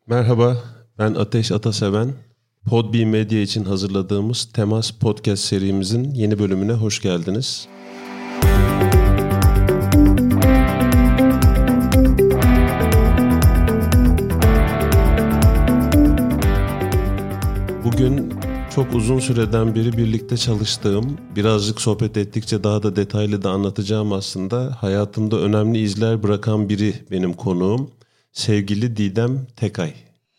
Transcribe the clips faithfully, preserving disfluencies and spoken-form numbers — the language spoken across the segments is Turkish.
Merhaba, ben Ateş Ataseven. Podbi Medya için hazırladığımız Temas Podcast serimizin yeni bölümüne hoş geldiniz. Bugün çok uzun süreden beri birlikte çalıştığım, birazcık sohbet ettikçe daha da detaylı da anlatacağım aslında. Hayatımda önemli izler bırakan biri benim konuğum. Sevgili Didem Tekay.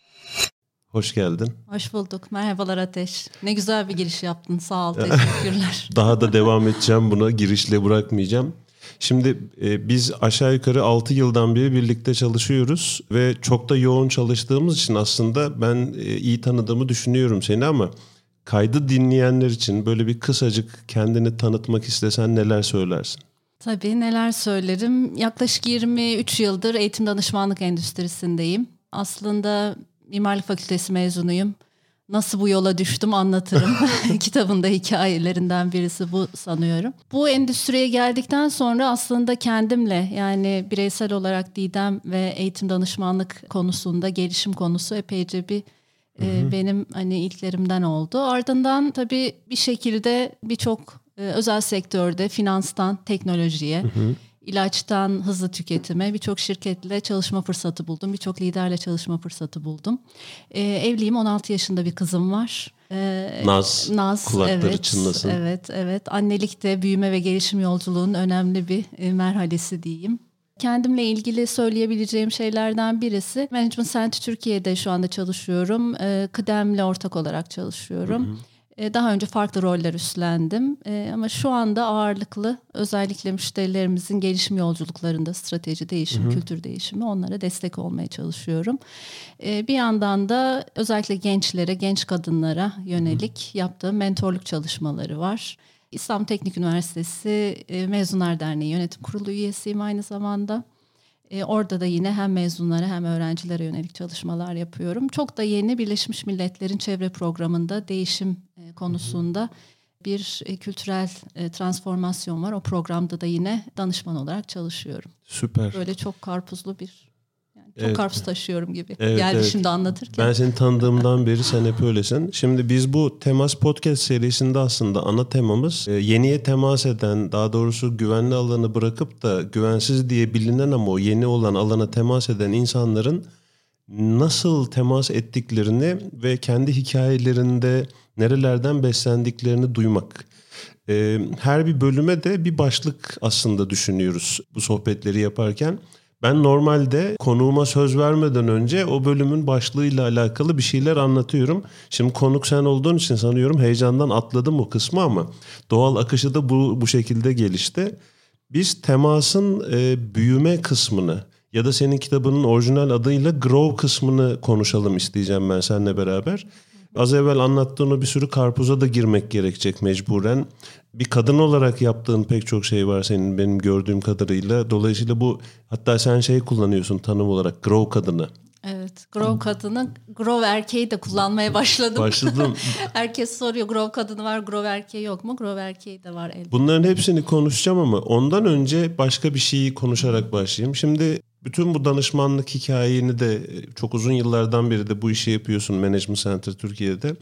Hoş geldin. Hoş bulduk. Merhabalar Ateş. Ne güzel bir giriş yaptın. Sağ ol. Teşekkürler. Daha da devam edeceğim buna. Girişle bırakmayacağım. Şimdi e, biz aşağı yukarı altı yıldan beri birlikte çalışıyoruz ve çok da yoğun çalıştığımız için aslında ben e, iyi tanıdığımı düşünüyorum seni, ama kaydı dinleyenler için böyle bir kısacık kendini tanıtmak istesen neler söylersin? Tabii neler söylerim. Yaklaşık yirmi üç yıldır eğitim danışmanlık endüstrisindeyim. Aslında Mimarlık Fakültesi mezunuyum. Nasıl bu yola düştüm anlatırım. Kitabında hikayelerinden birisi bu sanıyorum. Bu endüstriye geldikten sonra aslında kendimle, yani bireysel olarak Didem ve eğitim danışmanlık konusunda gelişim konusu epeyce bir e, benim hani ilklerimden oldu. Ardından tabii bir şekilde birçok e, özel sektörde finanstan teknolojiye, hı hı. ilaçtan hızlı tüketime birçok şirketle çalışma fırsatı buldum. Birçok liderle çalışma fırsatı buldum. Ee, evliyim, on altı yaşında bir kızım var. Ee, Naz, Naz, kulakları evet, çınlasın. Evet, evet. Annelik de büyüme ve gelişim yolculuğunun önemli bir e, merhalesi diyeyim. Kendimle ilgili söyleyebileceğim şeylerden birisi, Management Center Türkiye'de şu anda çalışıyorum. E, Kıdem'le ortak olarak çalışıyorum. Hı hı. Daha önce farklı roller üstlendim ama şu anda ağırlıklı özellikle müşterilerimizin gelişim yolculuklarında strateji değişimi, hı hı. kültür değişimi, onlara destek olmaya çalışıyorum. Bir yandan da özellikle gençlere, genç kadınlara yönelik hı hı. yaptığım mentorluk çalışmaları var. İstanbul Teknik Üniversitesi Mezunlar Derneği Yönetim Kurulu üyesiyim aynı zamanda. Ee, orada da yine hem mezunlara hem öğrencilere yönelik çalışmalar yapıyorum. Çok da yeni Birleşmiş Milletler'in çevre programında değişim e, konusunda bir e, kültürel e, transformasyon var. O programda da yine danışman olarak çalışıyorum. Süper. Böyle çok karpuzlu bir, yani çok evet. karpuz taşıyorum gibi evet, geldi evet. şimdi anlatırken. Ben seni tanıdığımdan beri sen hep öylesin. Şimdi biz bu Temas Podcast serisinde aslında ana temamız yeniye temas eden, daha doğrusu güvenli alanı bırakıp da güvensiz diye bilinen ama o yeni olan alana temas eden insanların nasıl temas ettiklerini ve kendi hikayelerinde nerelerden beslendiklerini duymak. Her bir bölüme de bir başlık aslında düşünüyoruz bu sohbetleri yaparken. Ben normalde konuğuma söz vermeden önce o bölümün başlığıyla alakalı bir şeyler anlatıyorum. Şimdi konuk sen olduğun için sanıyorum heyecandan atladım o kısmı, ama doğal akışı da bu bu şekilde gelişti. Biz temasın e, büyüme kısmını ya da senin kitabının orijinal adıyla grow kısmını konuşalım isteyeceğim ben seninle beraber. Az evvel anlattığın o bir sürü karpuza da girmek gerekecek mecburen. Bir kadın olarak yaptığın pek çok şey var senin, benim gördüğüm kadarıyla. Dolayısıyla bu, hatta sen şey kullanıyorsun tanım olarak, grow kadını. Evet, grow kadını, grow erkeği de kullanmaya başladım. Başladım. Herkes soruyor, grow kadını var, grow erkeği yok mu? Grow erkeği de var elbette. Bunların hepsini konuşacağım ama ondan önce başka bir şeyi konuşarak başlayayım. Şimdi bütün bu danışmanlık hikayeni de çok uzun yıllardan beri de bu işi yapıyorsun Management Center Türkiye'de.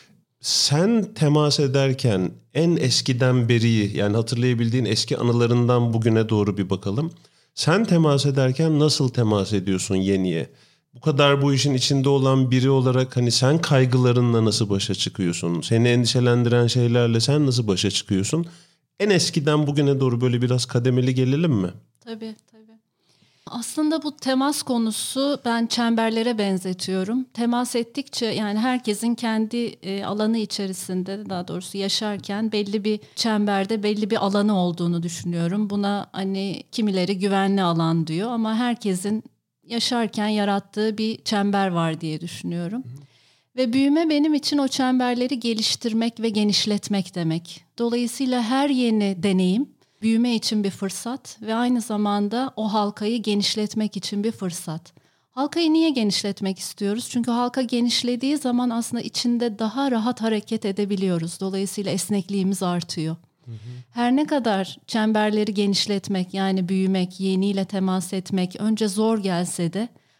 Sen temas ederken en eskiden beri, yani hatırlayabildiğin eski anılarından bugüne doğru bir bakalım. Sen temas ederken nasıl temas ediyorsun yeniye? Bu kadar bu işin içinde olan biri olarak hani sen kaygılarınla nasıl başa çıkıyorsun? Seni endişelendiren şeylerle sen nasıl başa çıkıyorsun? En eskiden bugüne doğru böyle biraz kademeli gelelim mi? Tabii, tabii. Aslında bu temas konusu ben çemberlere benzetiyorum. Temas ettikçe, yani herkesin kendi e, alanı içerisinde, daha doğrusu yaşarken belli bir çemberde belli bir alanı olduğunu düşünüyorum. Buna hani kimileri güvenli alan diyor ama herkesin yaşarken yarattığı bir çember var diye düşünüyorum. Hı hı. Ve büyüme benim için o çemberleri geliştirmek ve genişletmek demek. Dolayısıyla her yeni deneyim büyüme için bir fırsat ve aynı zamanda o halkayı genişletmek için bir fırsat. Halkayı niye genişletmek istiyoruz? Çünkü halka genişlediği zaman aslında içinde daha rahat hareket edebiliyoruz. Dolayısıyla esnekliğimiz artıyor. Hı hı. Her ne kadar çemberleri genişletmek, yani büyümek, yeniyle temas etmek önce zor gelse de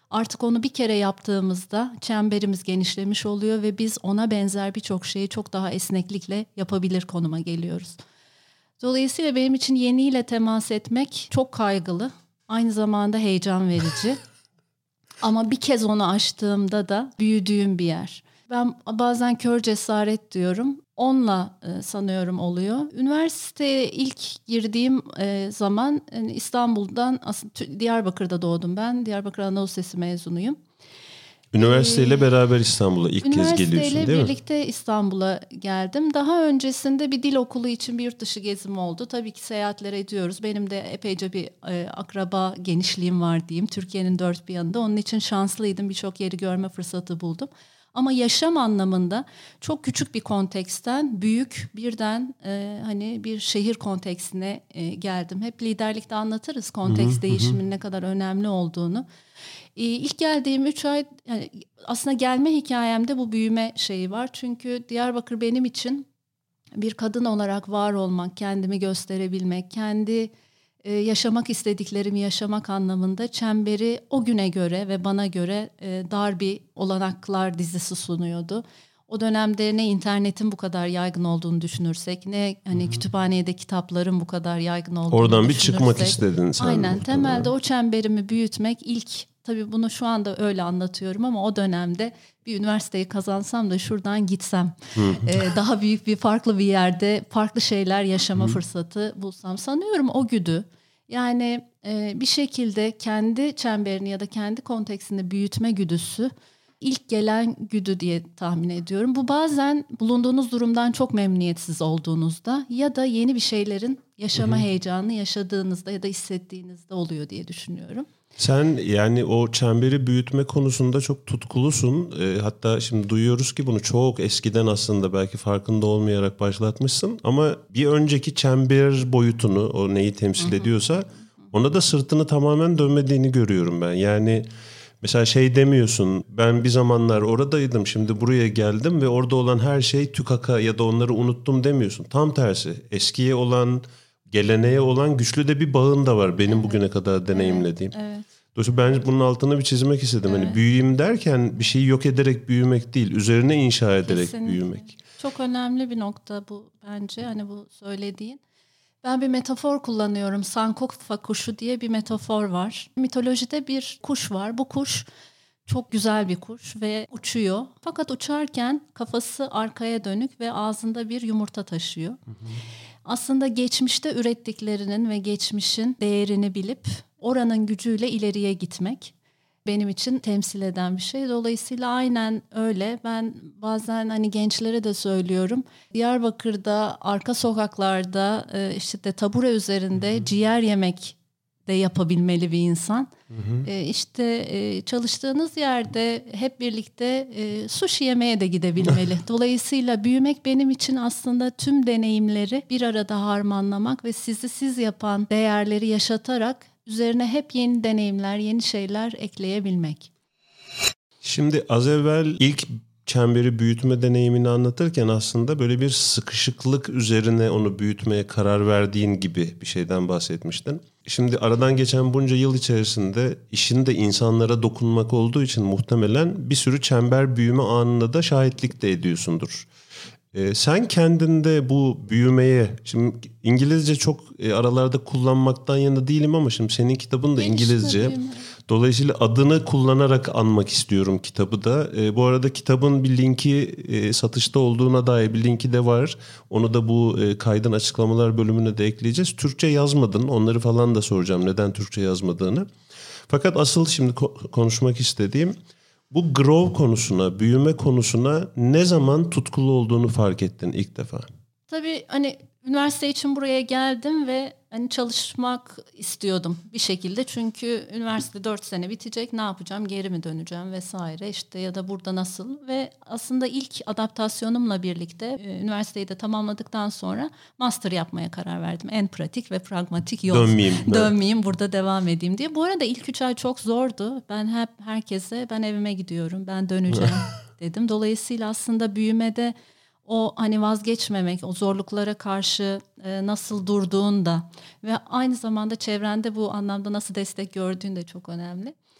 Artık onu bir kere yaptığımızda çemberimiz genişlemiş oluyor ve biz ona benzer birçok şeyi çok daha esneklikle yapabilir konuma geliyoruz. Dolayısıyla benim için yeniyle temas etmek çok kaygılı, aynı zamanda heyecan verici. Ama bir kez onu aştığımda da büyüdüğüm bir yer. Ben bazen kör cesaret diyorum. Onunla e, sanıyorum oluyor. Üniversiteye ilk girdiğim e, zaman yani İstanbul'dan, aslında Diyarbakır'da doğdum ben. Diyarbakır Anadolu Lisesi mezunuyum. Üniversiteyle ee, beraber İstanbul'a ilk kez geliyorsun değil mi? Üniversiteyle birlikte İstanbul'a geldim. Daha öncesinde bir dil okulu için bir yurt dışı gezim oldu. Tabii ki seyahatler ediyoruz. Benim de epeyce bir e, akraba genişliğim var diyeyim. Türkiye'nin dört bir yanında. Onun için şanslıydım. Birçok yeri görme fırsatı buldum. Ama yaşam anlamında çok küçük bir konteksten büyük birden e, hani bir şehir kontekstine e, geldim. Hep liderlikte anlatırız kontekst değişiminin ne kadar önemli olduğunu. E, ilk geldiğim üç ay yani aslında gelme hikayemde bu büyüme şeyi var. Çünkü Diyarbakır benim için bir kadın olarak var olmak, kendimi gösterebilmek, kendi e, yaşamak istediklerimi yaşamak anlamında çemberi o güne göre ve bana göre e, dar bir olanaklar dizisi sunuyordu. O dönemde ne internetin bu kadar yaygın olduğunu düşünürsek, ne hani Hı-hı. kütüphanede kitapların bu kadar yaygın olduğunu Oradan düşünürsek. Oradan bir çıkmak istedin sen. Aynen, temelde o çemberimi büyütmek ilk, tabii bunu şu anda öyle anlatıyorum ama o dönemde bir üniversiteyi kazansam da şuradan gitsem, ee, daha büyük bir farklı bir yerde farklı şeyler yaşama Hı-hı. fırsatı bulsam sanıyorum o güdü. Yani e, bir şekilde kendi çemberini ya da kendi kontekstini büyütme güdüsü ilk gelen güdü diye tahmin ediyorum. Bu bazen bulunduğunuz durumdan çok memnuniyetsiz olduğunuzda ya da yeni bir şeylerin yaşama Hı-hı. heyecanını yaşadığınızda ya da hissettiğinizde oluyor diye düşünüyorum. Sen yani o çemberi büyütme konusunda çok tutkulusun. E, hatta şimdi duyuyoruz ki bunu çok eskiden aslında belki farkında olmayarak başlatmışsın. Ama bir önceki çember boyutunu, o neyi temsil ediyorsa ona da sırtını tamamen dönmediğini görüyorum ben. Yani mesela şey demiyorsun, ben bir zamanlar oradaydım, şimdi buraya geldim ve orada olan her şey tükaka ya da onları unuttum demiyorsun. Tam tersi, eskiye olan, geleneğe olan güçlü de bir bağın da var benim evet. bugüne kadar deneyimlediğim. Evet, evet. Dolayısıyla ben bunun altını bir çizmek istedim. Evet. Hani büyüyeyim derken bir şeyi yok ederek büyümek değil, üzerine inşa ederek Kesinlikle. büyümek. Çok önemli bir nokta bu bence, hani bu söylediğin. Ben bir metafor kullanıyorum. Sankofa kuşu diye bir metafor var. Mitolojide bir kuş var. Bu kuş çok güzel bir kuş ve uçuyor. Fakat uçarken kafası arkaya dönük ve ağzında bir yumurta taşıyor. Hı hı. Aslında geçmişte ürettiklerinin ve geçmişin değerini bilip oranın gücüyle ileriye gitmek benim için temsil eden bir şey. Dolayısıyla aynen öyle. Ben bazen hani gençlere de söylüyorum. Diyarbakır'da arka sokaklarda işte de tabure üzerinde Hı-hı. ciğer yemek de yapabilmeli bir insan. Hı-hı. İşte çalıştığınız yerde hep birlikte sushi yemeye de gidebilmeli. Dolayısıyla büyümek benim için aslında tüm deneyimleri bir arada harmanlamak ve sizi siz yapan değerleri yaşatarak üzerine hep yeni deneyimler, yeni şeyler ekleyebilmek. Şimdi az evvel ilk çemberi büyütme deneyimini anlatırken aslında böyle bir sıkışıklık üzerine onu büyütmeye karar verdiğin gibi bir şeyden bahsetmiştin. Şimdi aradan geçen bunca yıl içerisinde işin de insanlara dokunmak olduğu için muhtemelen bir sürü çember büyüme anında da şahitlik de ediyorsundur. Ee, sen kendinde bu büyümeye, şimdi İngilizce çok e, aralarda kullanmaktan yana değilim ama şimdi senin kitabın da İngilizce. Dolayısıyla adını kullanarak anmak istiyorum kitabı da. E, bu arada kitabın bir linki e, satışta olduğuna dair bir linki de var. Onu da bu e, kaydın açıklamalar bölümüne de ekleyeceğiz. Türkçe yazmadın, onları falan da soracağım neden Türkçe yazmadığını. Fakat asıl şimdi ko- konuşmak istediğim bu grow konusuna, büyüme konusuna ne zaman tutkulu olduğunu fark ettin ilk defa? Tabii hani üniversite için buraya geldim ve hani çalışmak istiyordum bir şekilde. Çünkü üniversite dört sene bitecek, ne yapacağım, geri mi döneceğim vesaire işte, ya da burada nasıl. Ve aslında ilk adaptasyonumla birlikte e, üniversiteyi de tamamladıktan sonra master yapmaya karar verdim. En pratik ve pragmatik yol. Dönmeyeyim. Dönmeyeyim, burada devam edeyim diye. Bu arada ilk üç ay çok zordu. Ben hep herkese ben evime gidiyorum, ben döneceğim dedim. Dolayısıyla aslında büyümede o hani vazgeçmemek, o zorluklara karşı e, nasıl durduğun da ve aynı zamanda çevrende bu anlamda nasıl destek gördüğün de çok önemli.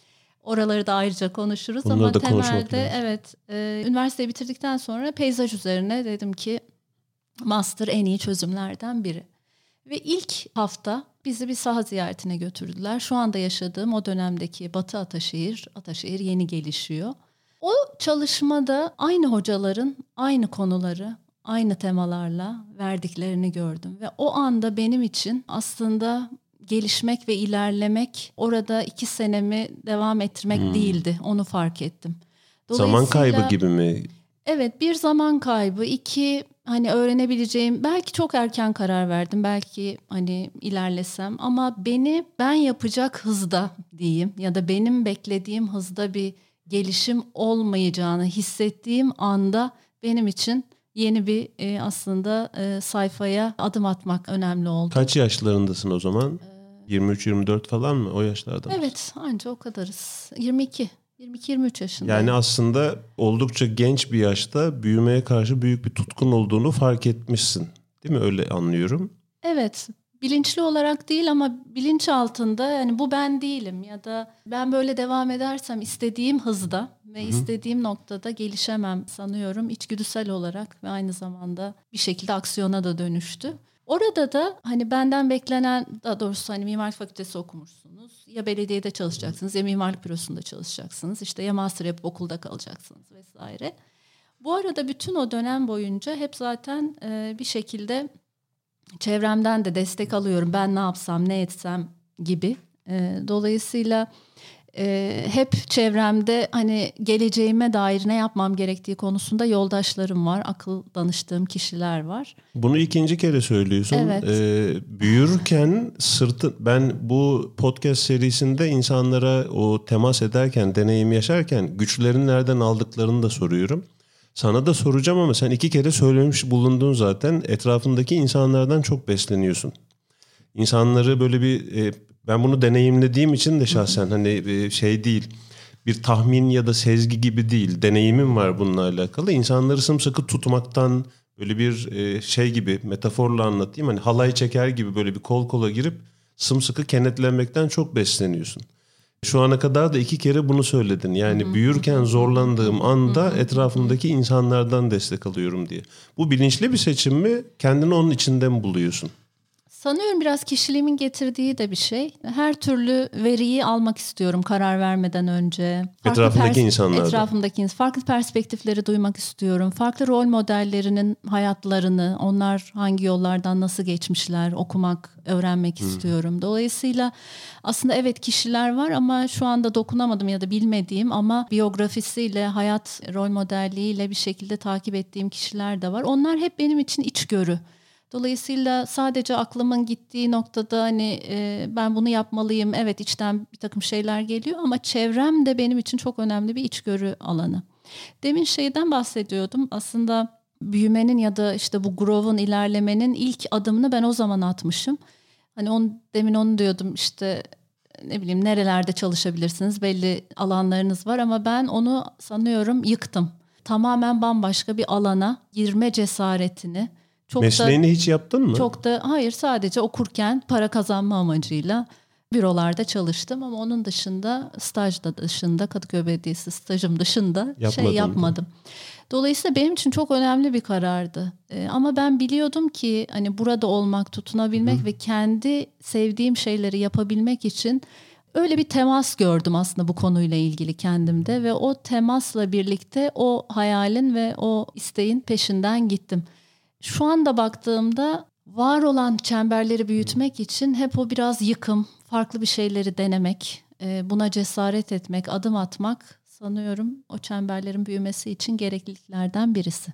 Oraları da ayrıca konuşuruz. Bunları ama da konuşmak temelde lazım. evet e, üniversiteyi bitirdikten sonra peyzaj üzerine dedim ki master en iyi çözümlerden biri. Ve ilk hafta bizi bir saha ziyaretine götürdüler. Şu anda yaşadığım o dönemdeki Batı Ataşehir, Ataşehir yeni gelişiyor. O çalışmada aynı hocaların aynı konuları, aynı temalarla verdiklerini gördüm. Ve o anda benim için aslında gelişmek ve ilerlemek orada iki senemi devam ettirmek hmm. değildi. Onu fark ettim. Zaman kaybı gibi mi? Evet, bir zaman kaybı. İki, hani öğrenebileceğim, belki çok erken karar verdim. Belki hani ilerlesem ama beni ben yapacak hızda diyeyim ya da benim beklediğim hızda bir gelişim olmayacağını hissettiğim anda benim için yeni bir e, aslında e, sayfaya adım atmak önemli oldu. Kaç yaşlarındasın o zaman? Ee, yirmi üç yirmi dört falan mı? O yaşlarda mısın? Evet, anca o kadarız. yirmi iki yirmi iki yirmi üç yaşındayım. Yani aslında oldukça genç bir yaşta büyümeye karşı büyük bir tutkun olduğunu fark etmişsin. Değil mi? Öyle anlıyorum. Evet. Bilinçli olarak değil ama bilinç altında yani bu ben değilim ya da ben böyle devam edersem istediğim hızda ve Hı-hı. istediğim noktada gelişemem sanıyorum içgüdüsel olarak ve aynı zamanda bir şekilde aksiyona da dönüştü. Orada da hani benden beklenen, daha doğrusu hani mimarlık fakültesi okumuşsunuz. Ya belediyede çalışacaksınız ya mimarlık bürosunda çalışacaksınız. İşte ya master yapıp okulda kalacaksınız vesaire. Bu arada bütün o dönem boyunca hep zaten e, bir şekilde çevremden de destek alıyorum. Ben ne yapsam, ne etsem gibi. E, dolayısıyla e, hep çevremde hani geleceğime dair ne yapmam gerektiği konusunda yoldaşlarım var. Akıl danıştığım kişiler var. Bunu ikinci kere söylüyorsun. Evet. Ee, büyürken sırtın... Ben bu podcast serisinde insanlara o temas ederken, deneyim yaşarken güçlerini nereden aldıklarını da soruyorum. Sana da soracağım ama sen iki kere söylemiş bulundun zaten. Etrafındaki insanlardan çok besleniyorsun. İnsanları böyle bir... E, ben bunu deneyimlediğim için de şahsen hani e, şey değil... Bir tahmin ya da sezgi gibi değil. Deneyimim var bununla alakalı. İnsanları sımsıkı tutmaktan... Böyle bir e, şey gibi metaforla anlatayım. Hani halay çeker gibi böyle bir kol kola girip sımsıkı kenetlenmekten çok besleniyorsun. Şu ana kadar da iki kere bunu söyledin. Yani hı hı. büyürken zorlandığım anda hı hı. etrafımdaki insanlardan destek alıyorum diye. Bu bilinçli bir seçim mi? Kendini onun içinde mi buluyorsun? Sanıyorum biraz kişiliğimin getirdiği de bir şey. Her türlü veriyi almak istiyorum karar vermeden önce. Farklı etrafındaki pers- insanlardan. Etrafındaki farklı perspektifleri duymak istiyorum. Farklı rol modellerinin hayatlarını, onlar hangi yollardan nasıl geçmişler okumak, öğrenmek hmm. istiyorum. Dolayısıyla aslında evet kişiler var ama şu anda dokunamadım ya da bilmediğim ama biyografisiyle, hayat rol modelliğiyle bir şekilde takip ettiğim kişiler de var. Onlar hep benim için içgörü. Dolayısıyla sadece aklımın gittiği noktada hani e, ben bunu yapmalıyım. Evet içten bir takım şeyler geliyor ama çevrem de benim için çok önemli bir içgörü alanı. Demin şeyden bahsediyordum. Aslında büyümenin ya da işte bu growth'un, ilerlemenin ilk adımını ben o zaman atmışım. Hani on, demin onu diyordum işte ne bileyim nerelerde çalışabilirsiniz belli alanlarınız var ama ben onu sanıyorum yıktım. Tamamen bambaşka bir alana girme cesaretini. Çok Mesleğini da, hiç yaptın mı? Çok da hayır sadece okurken para kazanma amacıyla bürolarda çalıştım ama onun dışında stajda dışında Kadıköy Belediyesi stajım dışında Yapmadın şey yapmadım. Da. Dolayısıyla benim için çok önemli bir karardı. Ee, ama ben biliyordum ki hani burada olmak, tutunabilmek Hı. ve kendi sevdiğim şeyleri yapabilmek için öyle bir temas gördüm aslında bu konuyla ilgili kendimde ve o temasla birlikte o hayalin ve o isteğin peşinden gittim. Şu anda baktığımda var olan çemberleri büyütmek için hep o biraz yıkım, farklı bir şeyleri denemek, buna cesaret etmek, adım atmak sanıyorum o çemberlerin büyümesi için gerekliliklerden birisi.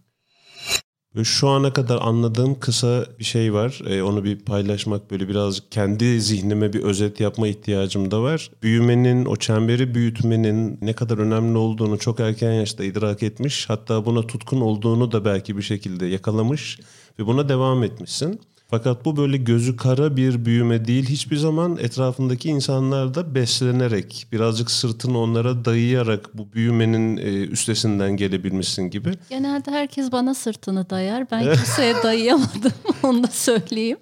Şu ana kadar anladığım kısa bir şey var. Ee, onu bir paylaşmak böyle biraz kendi zihnime bir özet yapma ihtiyacım da var. Büyümenin, o çemberi büyütmenin ne kadar önemli olduğunu çok erken yaşta idrak etmiş. Hatta buna tutkun olduğunu da belki bir şekilde yakalamış ve buna devam etmişsin. Fakat bu böyle gözü kara bir büyüme değil. Hiçbir zaman etrafındaki insanlar da beslenerek, birazcık sırtını onlara dayayarak bu büyümenin üstesinden gelebilmişsin gibi. Genelde herkes bana sırtını dayar. Ben kimseye dayayamadım, onu da söyleyeyim.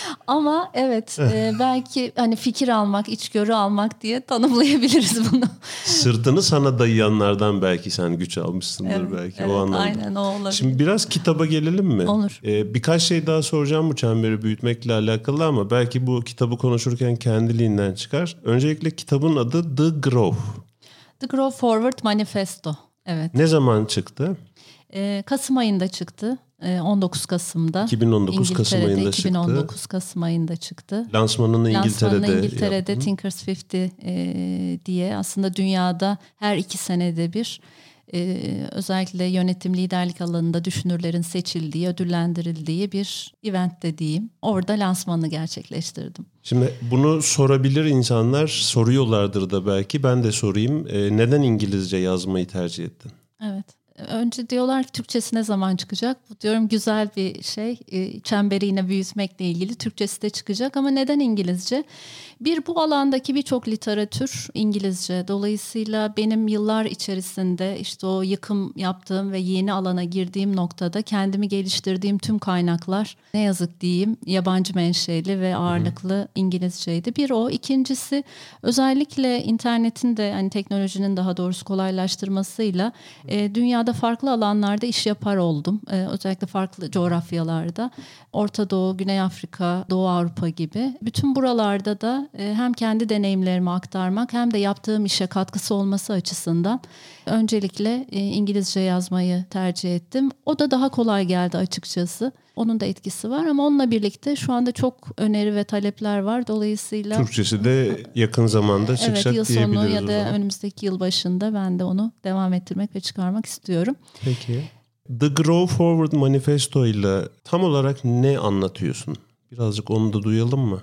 Ama evet, e, belki hani fikir almak, içgörü almak diye tanımlayabiliriz bunu. Sırtını sana dayayanlardan belki sen güç almışsındır, evet, belki evet, o anlamda. Aynen o olabilir. Şimdi biraz kitaba gelelim mi? Olur. Ee, birkaç şey daha soracağım bu çemberi büyütmekle alakalı ama belki bu kitabı konuşurken kendiliğinden çıkar. Öncelikle kitabın adı The Grow. The Grow Forward Manifesto. Evet. Ne zaman çıktı? Ee, Kasım ayında çıktı. Ee, on dokuz Kasım'da. iki bin on dokuz Kasım ayında çıktı. iki bin on dokuz Kasım ayında çıktı. Lansmanını İngiltere'de Lansmanını İngiltere'de yaptın. Thinkers elli e, diye aslında dünyada her iki senede bir e, özellikle yönetim liderlik alanında düşünürlerin seçildiği, ödüllendirildiği bir event dediğim. Orada lansmanını gerçekleştirdim. Şimdi bunu sorabilir insanlar, soruyorlardır da belki. Ben de sorayım. E, neden İngilizce yazmayı tercih ettin? Evet. Önce diyorlar ki Türkçesi ne zaman çıkacak? Bu diyorum güzel bir şey. E, çemberi yine büyütmekle ilgili Türkçesi de çıkacak ama neden İngilizce? Bir, bu alandaki birçok literatür İngilizce. Dolayısıyla benim yıllar içerisinde işte o yıkım yaptığım ve yeni alana girdiğim noktada kendimi geliştirdiğim tüm kaynaklar ne yazık diyeyim yabancı menşeli ve ağırlıklı İngilizceydi. Bir o. İkincisi özellikle internetin de hani teknolojinin daha doğrusu kolaylaştırmasıyla e, dünyada farklı alanlarda iş yapar oldum. E, özellikle farklı coğrafyalarda. Orta Doğu, Güney Afrika, Doğu Avrupa gibi. Bütün buralarda da hem kendi deneyimlerimi aktarmak hem de yaptığım işe katkısı olması açısından öncelikle İngilizce yazmayı tercih ettim. O da daha kolay geldi açıkçası. Onun da etkisi var ama onunla birlikte şu anda çok öneri ve talepler var. Dolayısıyla Türkçesi de yakın zamanda çıkacak evet, yıl diyebiliriz. sonu ya da önümüzdeki yıl başında ben de onu devam ettirmek ve çıkarmak istiyorum. Peki. The Grow Forward Manifesto ile tam olarak ne anlatıyorsun? Birazcık onu da duyalım mı?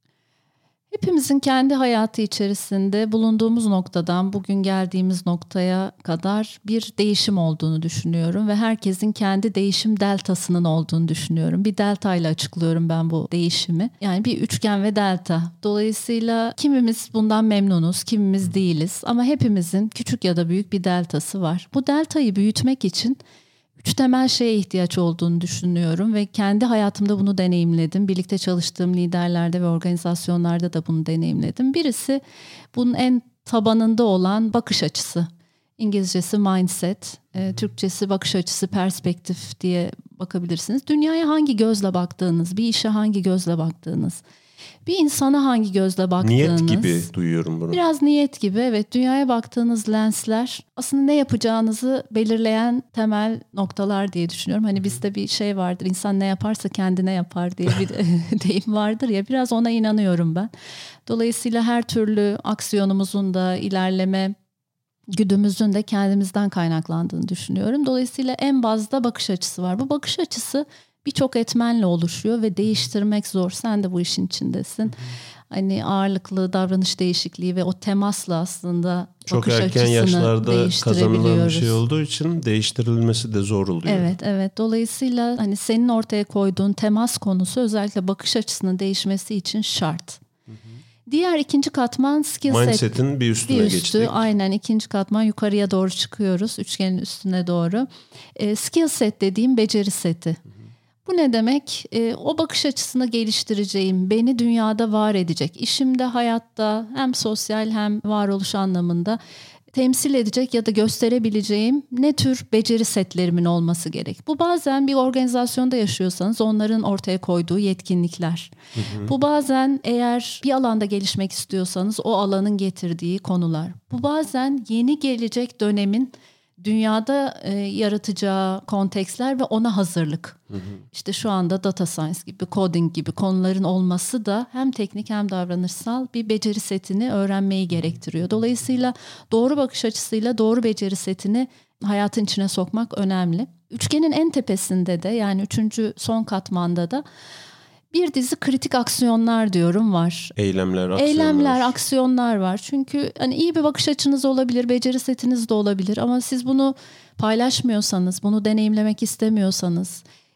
Hepimizin kendi hayatı içerisinde bulunduğumuz noktadan bugün geldiğimiz noktaya kadar bir değişim olduğunu düşünüyorum ve herkesin kendi değişim deltasının olduğunu düşünüyorum. Bir delta ile açıklıyorum ben bu değişimi. Yani bir üçgen ve delta. Dolayısıyla kimimiz bundan memnunuz, kimimiz değiliz ama hepimizin küçük ya da büyük bir deltası var. Bu deltayı büyütmek için üç temel şeye ihtiyaç olduğunu düşünüyorum ve kendi hayatımda bunu deneyimledim. Birlikte çalıştığım liderlerde ve organizasyonlarda da bunu deneyimledim. Birisi bunun en tabanında olan bakış açısı. İngilizcesi mindset, e, Türkçesi bakış açısı, perspektif diye bakabilirsiniz. Dünyaya hangi gözle baktığınız, bir işe hangi gözle baktığınız, bir insana hangi gözle baktığınız. Niyet gibi duyuyorum bunu. Biraz niyet gibi, evet. Dünyaya baktığınız lensler aslında ne yapacağınızı belirleyen temel noktalar diye düşünüyorum. Hani bizde bir şey vardır, insan ne yaparsa kendine yapar diye bir deyim vardır ya. Biraz ona inanıyorum ben. Dolayısıyla her türlü aksiyonumuzun da ilerleme güdümüzün de kendimizden kaynaklandığını düşünüyorum. Dolayısıyla en bazda bakış açısı var. Bu bakış açısı birçok etmenle oluşuyor ve değiştirmek zor. Sen de bu işin içindesin. Hani ağırlıklı davranış değişikliği ve o temasla aslında çok bakış erken açısını yaşlarda kazanılan bir şey değiştirebiliyoruz. olduğu için değiştirilmesi de zor oluyor. Evet, evet. Dolayısıyla hani senin ortaya koyduğun temas konusu özellikle bakış açısının değişmesi için şart. Hı hı. Diğer ikinci katman skill set. Mindset'in bir üstüne bir üstü, geçtik. Aynen ikinci katman yukarıya doğru çıkıyoruz. Üçgenin üstüne doğru. E, skill set dediğim beceri seti. Hı hı. Bu ne demek? E, o bakış açısını geliştireceğim, beni dünyada var edecek, işimde, hayatta hem sosyal hem varoluş anlamında temsil edecek ya da gösterebileceğim ne tür beceri setlerimin olması gerek. Bu bazen bir organizasyonda yaşıyorsanız onların ortaya koyduğu yetkinlikler. Hı hı. Bu bazen eğer bir alanda gelişmek istiyorsanız o alanın getirdiği konular. Bu bazen yeni gelecek dönemin dünyada e, yaratacağı kontekstler ve ona hazırlık. Hı hı. İşte şu anda data science gibi, coding gibi konuların olması da hem teknik hem davranışsal bir beceri setini öğrenmeyi gerektiriyor. Dolayısıyla doğru bakış açısıyla doğru beceri setini hayatın içine sokmak önemli. Üçgenin en tepesinde de, yani üçüncü son katmanda da bir dizi kritik aksiyonlar diyorum var. Eylemler, aksiyonlar. Eylemler, aksiyonlar var. Çünkü hani iyi bir bakış açınız olabilir, beceri setiniz de olabilir ama siz bunu paylaşmıyorsanız, bunu deneyimlemek istemiyorsanız,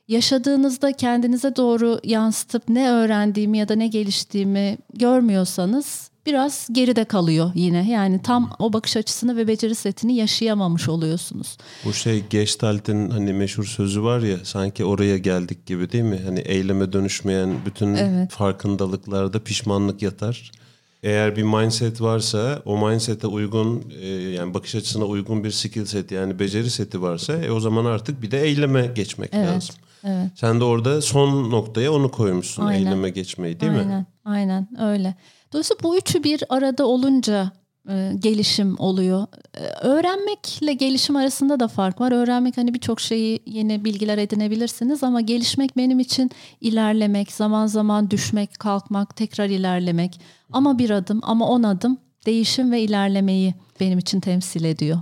yaşadığınızda kendinize doğru yansıtıp ne öğrendiğimi ya da ne geliştiğimi görmüyorsanız biraz geride kalıyor yine. Yani tam o bakış açısını ve beceri setini yaşayamamış oluyorsunuz. Bu şey Gestalt'in hani meşhur sözü var ya, sanki oraya geldik gibi değil mi? Hani eyleme dönüşmeyen bütün evet. farkındalıklarda pişmanlık yatar. Eğer bir mindset varsa, o mindset'e uygun e, yani bakış açısına uygun bir skill set, yani beceri seti varsa e, o zaman artık bir de eyleme geçmek evet, lazım. Evet. Sen de orada son noktaya onu koymuşsun, aynen. Eyleme geçmeyi değil aynen, mi? Aynen, aynen öyle. Dolayısıyla bu üçü bir arada olunca e, gelişim oluyor. E, öğrenmekle gelişim arasında da fark var. Öğrenmek hani birçok şeyi, yeni bilgiler edinebilirsiniz ama gelişmek benim için ilerlemek, zaman zaman düşmek, kalkmak, tekrar ilerlemek. Ama bir adım, ama on adım değişim ve ilerlemeyi benim için temsil ediyor.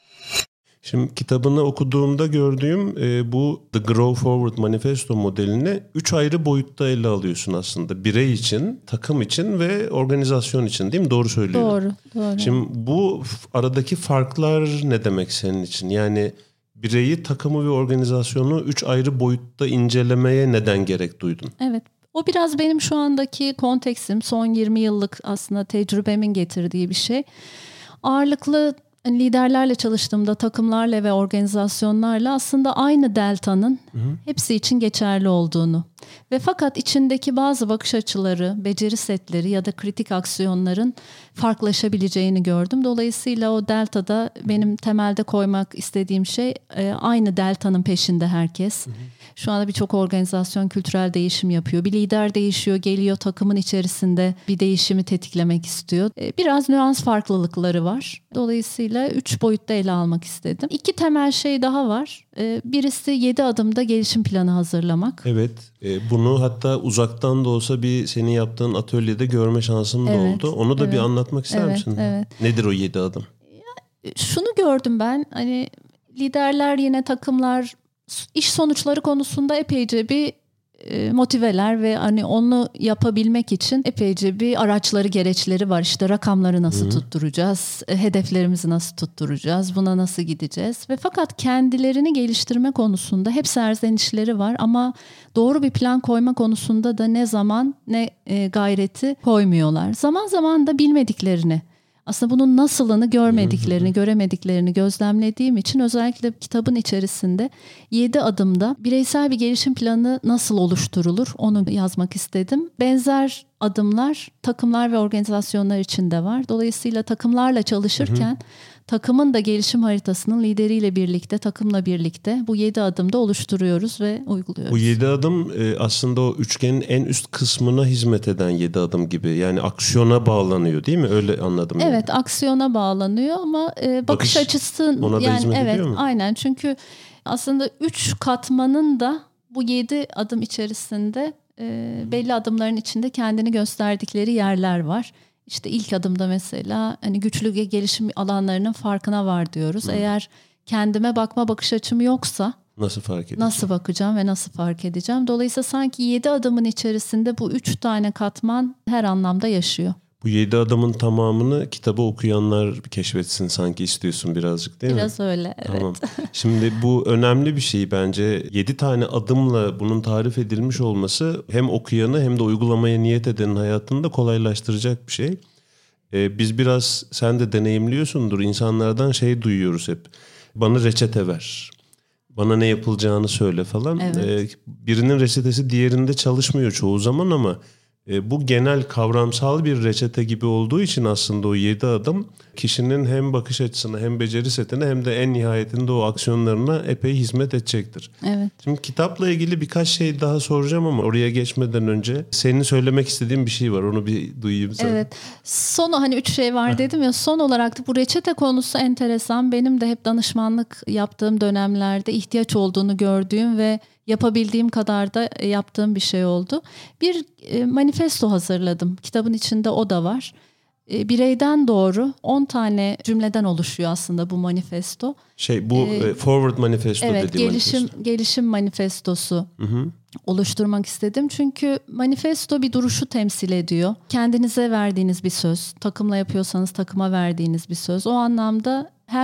Şimdi kitabını okuduğumda gördüğüm e, bu The Grow Forward Manifesto modelini üç ayrı boyutta ele alıyorsun aslında. Birey için, takım için ve organizasyon için, değil mi? Doğru söylüyorum. Doğru, doğru. Şimdi bu aradaki farklar ne demek senin için? Yani bireyi, takımı ve organizasyonu üç ayrı boyutta incelemeye neden gerek duydun? Evet. O biraz benim şu andaki konteksim, son yirmi yıllık aslında tecrübemin getirdiği bir şey. Ağırlıklı liderlerle çalıştığımda, takımlarla ve organizasyonlarla aslında aynı delta'nın hı hı. hepsi için geçerli olduğunu ve fakat içindeki bazı bakış açıları, beceri setleri ya da kritik aksiyonların farklılaşabileceğini gördüm. Dolayısıyla o delta'da benim temelde koymak istediğim şey aynı delta'nın peşinde herkes. Hı hı. Şu anda birçok organizasyon kültürel değişim yapıyor. Bir lider değişiyor, geliyor takımın içerisinde bir değişimi tetiklemek istiyor. Biraz nüans farklılıkları var. Dolayısıyla üç boyutta ele almak istedim. İki temel şey daha var. Birisi yedi adımda gelişim planı hazırlamak. Evet, bunu hatta uzaktan da olsa bir senin yaptığın atölyede görme şansım da evet, oldu. Onu da evet, bir anlatmak ister evet, misin? Evet. Nedir o yedi adım? Ya, şunu gördüm ben, hani liderler, yine takımlar iş sonuçları konusunda epeyce bir e, motiveler ve hani onu yapabilmek için epeyce bir araçları, gereçleri var. İşte rakamları nasıl Hı-hı. tutturacağız, e, hedeflerimizi nasıl tutturacağız, buna nasıl gideceğiz ve fakat kendilerini geliştirme konusunda hep serzenişleri var ama doğru bir plan koyma konusunda da ne zaman ne e, gayreti koymuyorlar. Zaman zaman da bilmediklerini, aslında bunun nasılını görmediklerini, göremediklerini gözlemlediğim için özellikle kitabın içerisinde yedi adımda bireysel bir gelişim planı nasıl oluşturulur onu yazmak istedim. Benzer adımlar takımlar ve organizasyonlar için de var. Dolayısıyla takımlarla çalışırken hı hı. takımın da gelişim haritasının lideriyle birlikte, takımla birlikte bu yedi adımda oluşturuyoruz ve uyguluyoruz. Bu yedi adım aslında o üçgenin en üst kısmına hizmet eden yedi adım gibi. Yani aksiyona bağlanıyor değil mi? Öyle anladım. Evet, yani. aksiyona bağlanıyor ama bakış, bakış açısı ona da yani hizmet evet, ediyor mu? Aynen. Çünkü aslında üç katmanın da bu yedi adım içerisinde belli adımların içinde kendini gösterdikleri yerler var. İşte ilk adımda mesela hani güçlü gelişim alanlarının farkına var diyoruz. Hmm. Eğer kendime bakma bakış açım yoksa nasıl fark edeceğim? Nasıl bakacağım ve nasıl fark edeceğim? Dolayısıyla sanki yedi adımın içerisinde bu üç tane katman her anlamda yaşıyor. Bu yedi adımın tamamını kitabı okuyanlar keşfetsin sanki istiyorsun birazcık değil Biraz mi? Biraz öyle, evet. Tamam. Şimdi bu önemli bir şey bence. Yedi tane adımla bunun tarif edilmiş olması hem okuyanı hem de uygulamaya niyet edenin hayatını da kolaylaştıracak bir şey. Ee, biz biraz, sen de deneyimliyorsundur, insanlardan şey duyuyoruz hep. Bana reçete ver. Bana ne yapılacağını söyle falan. Evet. Ee, birinin reçetesi diğerinde çalışmıyor çoğu zaman ama E, bu genel kavramsal bir reçete gibi olduğu için aslında o yedi adım kişinin hem bakış açısına hem beceri setine hem de en nihayetinde o aksiyonlarına epey hizmet edecektir. Evet. Şimdi kitapla ilgili birkaç şey daha soracağım ama oraya geçmeden önce senin söylemek istediğin bir şey var. Onu bir duyayım sana. Evet. Son, hani üç şey var dedim ya, son olarak da bu reçete konusu enteresan. Benim de hep danışmanlık yaptığım dönemlerde ihtiyaç olduğunu gördüğüm ve yapabildiğim kadar da yaptığım bir şey oldu. Bir e, manifesto hazırladım. Kitabın içinde o da var. E, bireyden doğru on tane cümleden oluşuyor aslında bu manifesto. Şey bu e, Forward Manifesto evet, dediğim gelişim, manifesto. gelişim manifestosu hı hı. oluşturmak istedim. Çünkü manifesto bir duruşu temsil ediyor. Kendinize verdiğiniz bir söz. Takımla yapıyorsanız takıma verdiğiniz bir söz. O anlamda hem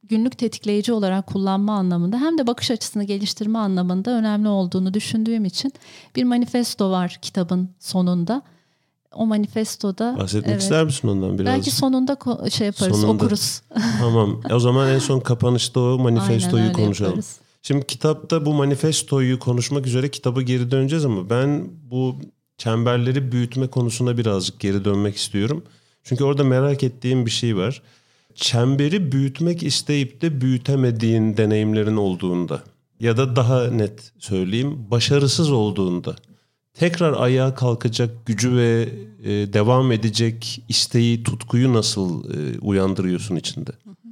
günlük tetikleyici olarak kullanma anlamında hem de bakış açısını geliştirme anlamında önemli olduğunu düşündüğüm için bir manifesto var kitabın sonunda. O manifestoda... Bahsetmek evet, ister misin ondan biraz? Belki sonunda şey yaparız, sonunda okuruz. Tamam. O zaman en son kapanışta o manifestoyu konuşalım. Yaparız. Şimdi kitapta bu manifestoyu konuşmak üzere kitaba geri döneceğiz ama ben bu çemberleri büyütme konusuna birazcık geri dönmek istiyorum. Çünkü orada merak ettiğim bir şey var. Çemberi büyütmek isteyip de büyütemediğin deneyimlerin olduğunda ya da daha net söyleyeyim, başarısız olduğunda tekrar ayağa kalkacak gücü ve e, devam edecek isteği, tutkuyu nasıl e, uyandırıyorsun içinde?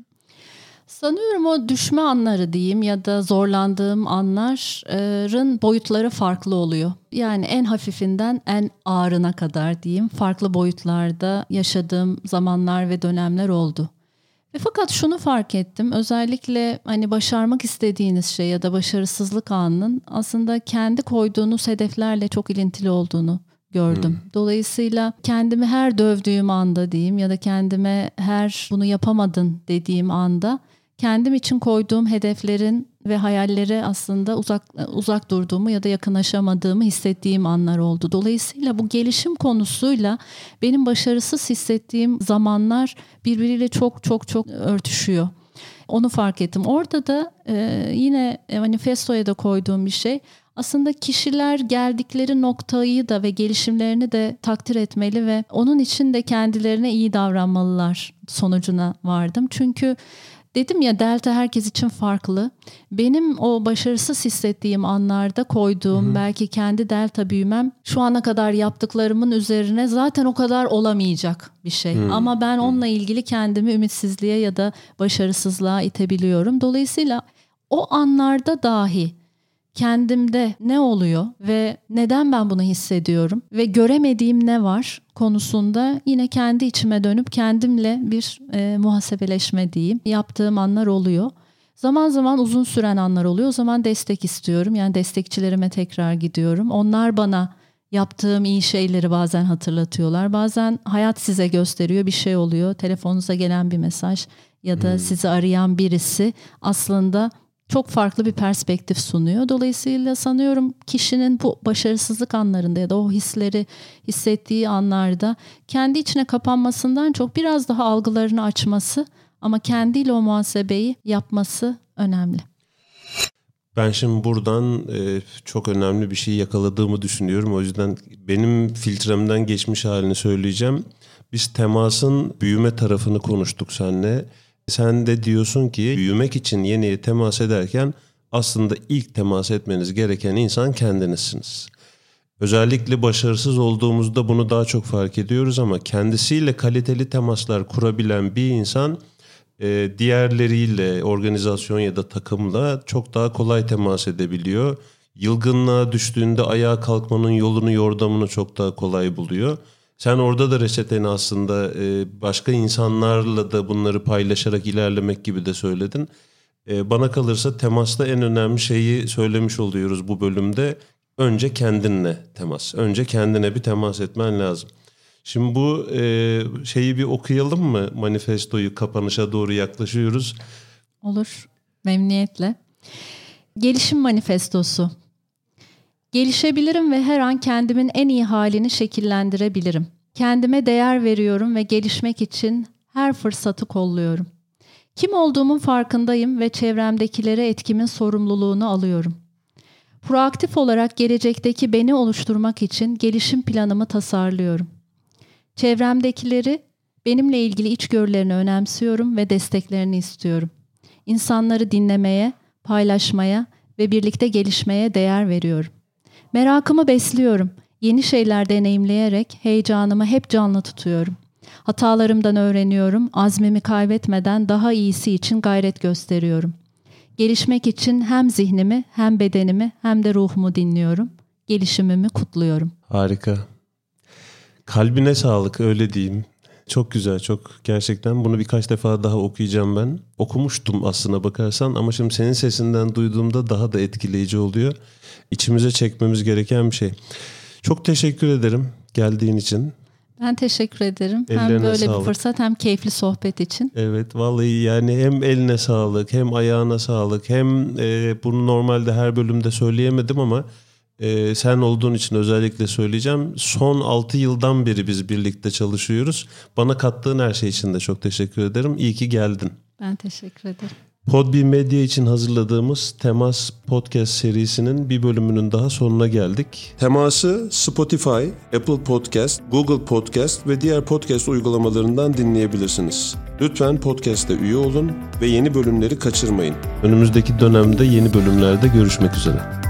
Sanıyorum o düşme anları diyeyim ya da zorlandığım anların boyutları farklı oluyor. Yani en hafifinden en ağırına kadar diyeyim farklı boyutlarda yaşadığım zamanlar ve dönemler oldu. Ve fakat şunu fark ettim, özellikle hani başarmak istediğiniz şey ya da başarısızlık anının aslında kendi koyduğunuz hedeflerle çok ilintili olduğunu gördüm. Hmm. Dolayısıyla kendimi her dövdüğüm anda diyeyim ya da kendime her bunu yapamadın dediğim anda kendim için koyduğum hedeflerin ve hayallere aslında uzak uzak durduğumu ya da yakınlaşamadığımı hissettiğim anlar oldu. Dolayısıyla bu gelişim konusuyla benim başarısız hissettiğim zamanlar birbiriyle çok çok çok örtüşüyor. Onu fark ettim. Orada da e, yine manifestoya da koyduğum bir şey. Aslında kişiler geldikleri noktayı da ve gelişimlerini de takdir etmeli ve onun için de kendilerine iyi davranmalılar sonucuna vardım. Çünkü dedim ya, delta herkes için farklı. Benim o başarısız hissettiğim anlarda koyduğum, hı hı, belki kendi delta büyümem şu ana kadar yaptıklarımın üzerine zaten o kadar olamayacak bir şey. Hı. Ama ben onunla ilgili kendimi ümitsizliğe ya da başarısızlığa itebiliyorum. Dolayısıyla o anlarda dahi kendimde ne oluyor ve neden ben bunu hissediyorum ve göremediğim ne var konusunda yine kendi içime dönüp kendimle bir e, muhasebeleşme diyeyim yaptığım anlar oluyor. Zaman zaman uzun süren anlar oluyor. O zaman destek istiyorum. Yani destekçilerime tekrar gidiyorum. Onlar bana yaptığım iyi şeyleri bazen hatırlatıyorlar. Bazen hayat size gösteriyor, bir şey oluyor. Telefonunuza gelen bir mesaj ya da hmm. sizi arayan birisi aslında çok farklı bir perspektif sunuyor. Dolayısıyla sanıyorum kişinin bu başarısızlık anlarında ya da o hisleri hissettiği anlarda kendi içine kapanmasından çok biraz daha algılarını açması ama kendiyle o muhasebeyi yapması önemli. Ben şimdi buradan e, çok önemli bir şey yakaladığımı düşünüyorum. O yüzden benim filtremden geçmiş halini söyleyeceğim. Biz temasın büyüme tarafını konuştuk seninle. Sen de diyorsun ki büyümek için yeniye temas ederken aslında ilk temas etmeniz gereken insan kendinizsiniz. Özellikle başarısız olduğumuzda bunu daha çok fark ediyoruz ama kendisiyle kaliteli temaslar kurabilen bir insan e, diğerleriyle, organizasyon ya da takımla çok daha kolay temas edebiliyor. Yılgınlığa düştüğünde ayağa kalkmanın yolunu, yordamını çok daha kolay buluyor. Sen orada da reçeteni aslında başka insanlarla da bunları paylaşarak ilerlemek gibi de söyledin. Bana kalırsa temasta en önemli şeyi söylemiş oluyoruz bu bölümde. Önce kendinle temas. Önce kendine bir temas etmen lazım. Şimdi bu şeyi bir okuyalım mı? Manifestoyu, kapanışa doğru yaklaşıyoruz. Olur, memnuniyetle. Gelişim manifestosu. Gelişebilirim ve her an kendimin en iyi halini şekillendirebilirim. Kendime değer veriyorum ve gelişmek için her fırsatı kolluyorum. Kim olduğumun farkındayım ve çevremdekilere etkimin sorumluluğunu alıyorum. Proaktif olarak gelecekteki beni oluşturmak için gelişim planımı tasarlıyorum. Çevremdekileri, benimle ilgili içgörülerini önemsiyorum ve desteklerini istiyorum. İnsanları dinlemeye, paylaşmaya ve birlikte gelişmeye değer veriyorum. Merakımı besliyorum. Yeni şeyler deneyimleyerek heyecanımı hep canlı tutuyorum. Hatalarımdan öğreniyorum. Azmimi kaybetmeden daha iyisi için gayret gösteriyorum. Gelişmek için hem zihnimi, hem bedenimi, hem de ruhumu dinliyorum. Gelişimimi kutluyorum. Harika. Kalbine sağlık, öyle diyeyim. Çok güzel, çok gerçekten bunu birkaç defa daha okuyacağım ben. Okumuştum aslına bakarsan ama şimdi senin sesinden duyduğumda daha da etkileyici oluyor. İçimize çekmemiz gereken bir şey. Çok teşekkür ederim geldiğin için. Ben teşekkür ederim. Ellerine hem böyle sağlık. bir fırsat hem keyifli sohbet için. Evet vallahi yani hem eline sağlık hem ayağına sağlık hem e, bunu normalde her bölümde söyleyemedim ama e, sen olduğun için özellikle söyleyeceğim. Son altı yıldan beri biz birlikte çalışıyoruz. Bana kattığın her şey için de çok teşekkür ederim. İyi ki geldin. Ben teşekkür ederim. Podbi Medya için hazırladığımız Temas Podcast serisinin bir bölümünün daha sonuna geldik. Temas'ı Spotify, Apple Podcast, Google Podcast ve diğer podcast uygulamalarından dinleyebilirsiniz. Lütfen podcast'te üye olun ve yeni bölümleri kaçırmayın. Önümüzdeki dönemde yeni bölümlerde görüşmek üzere.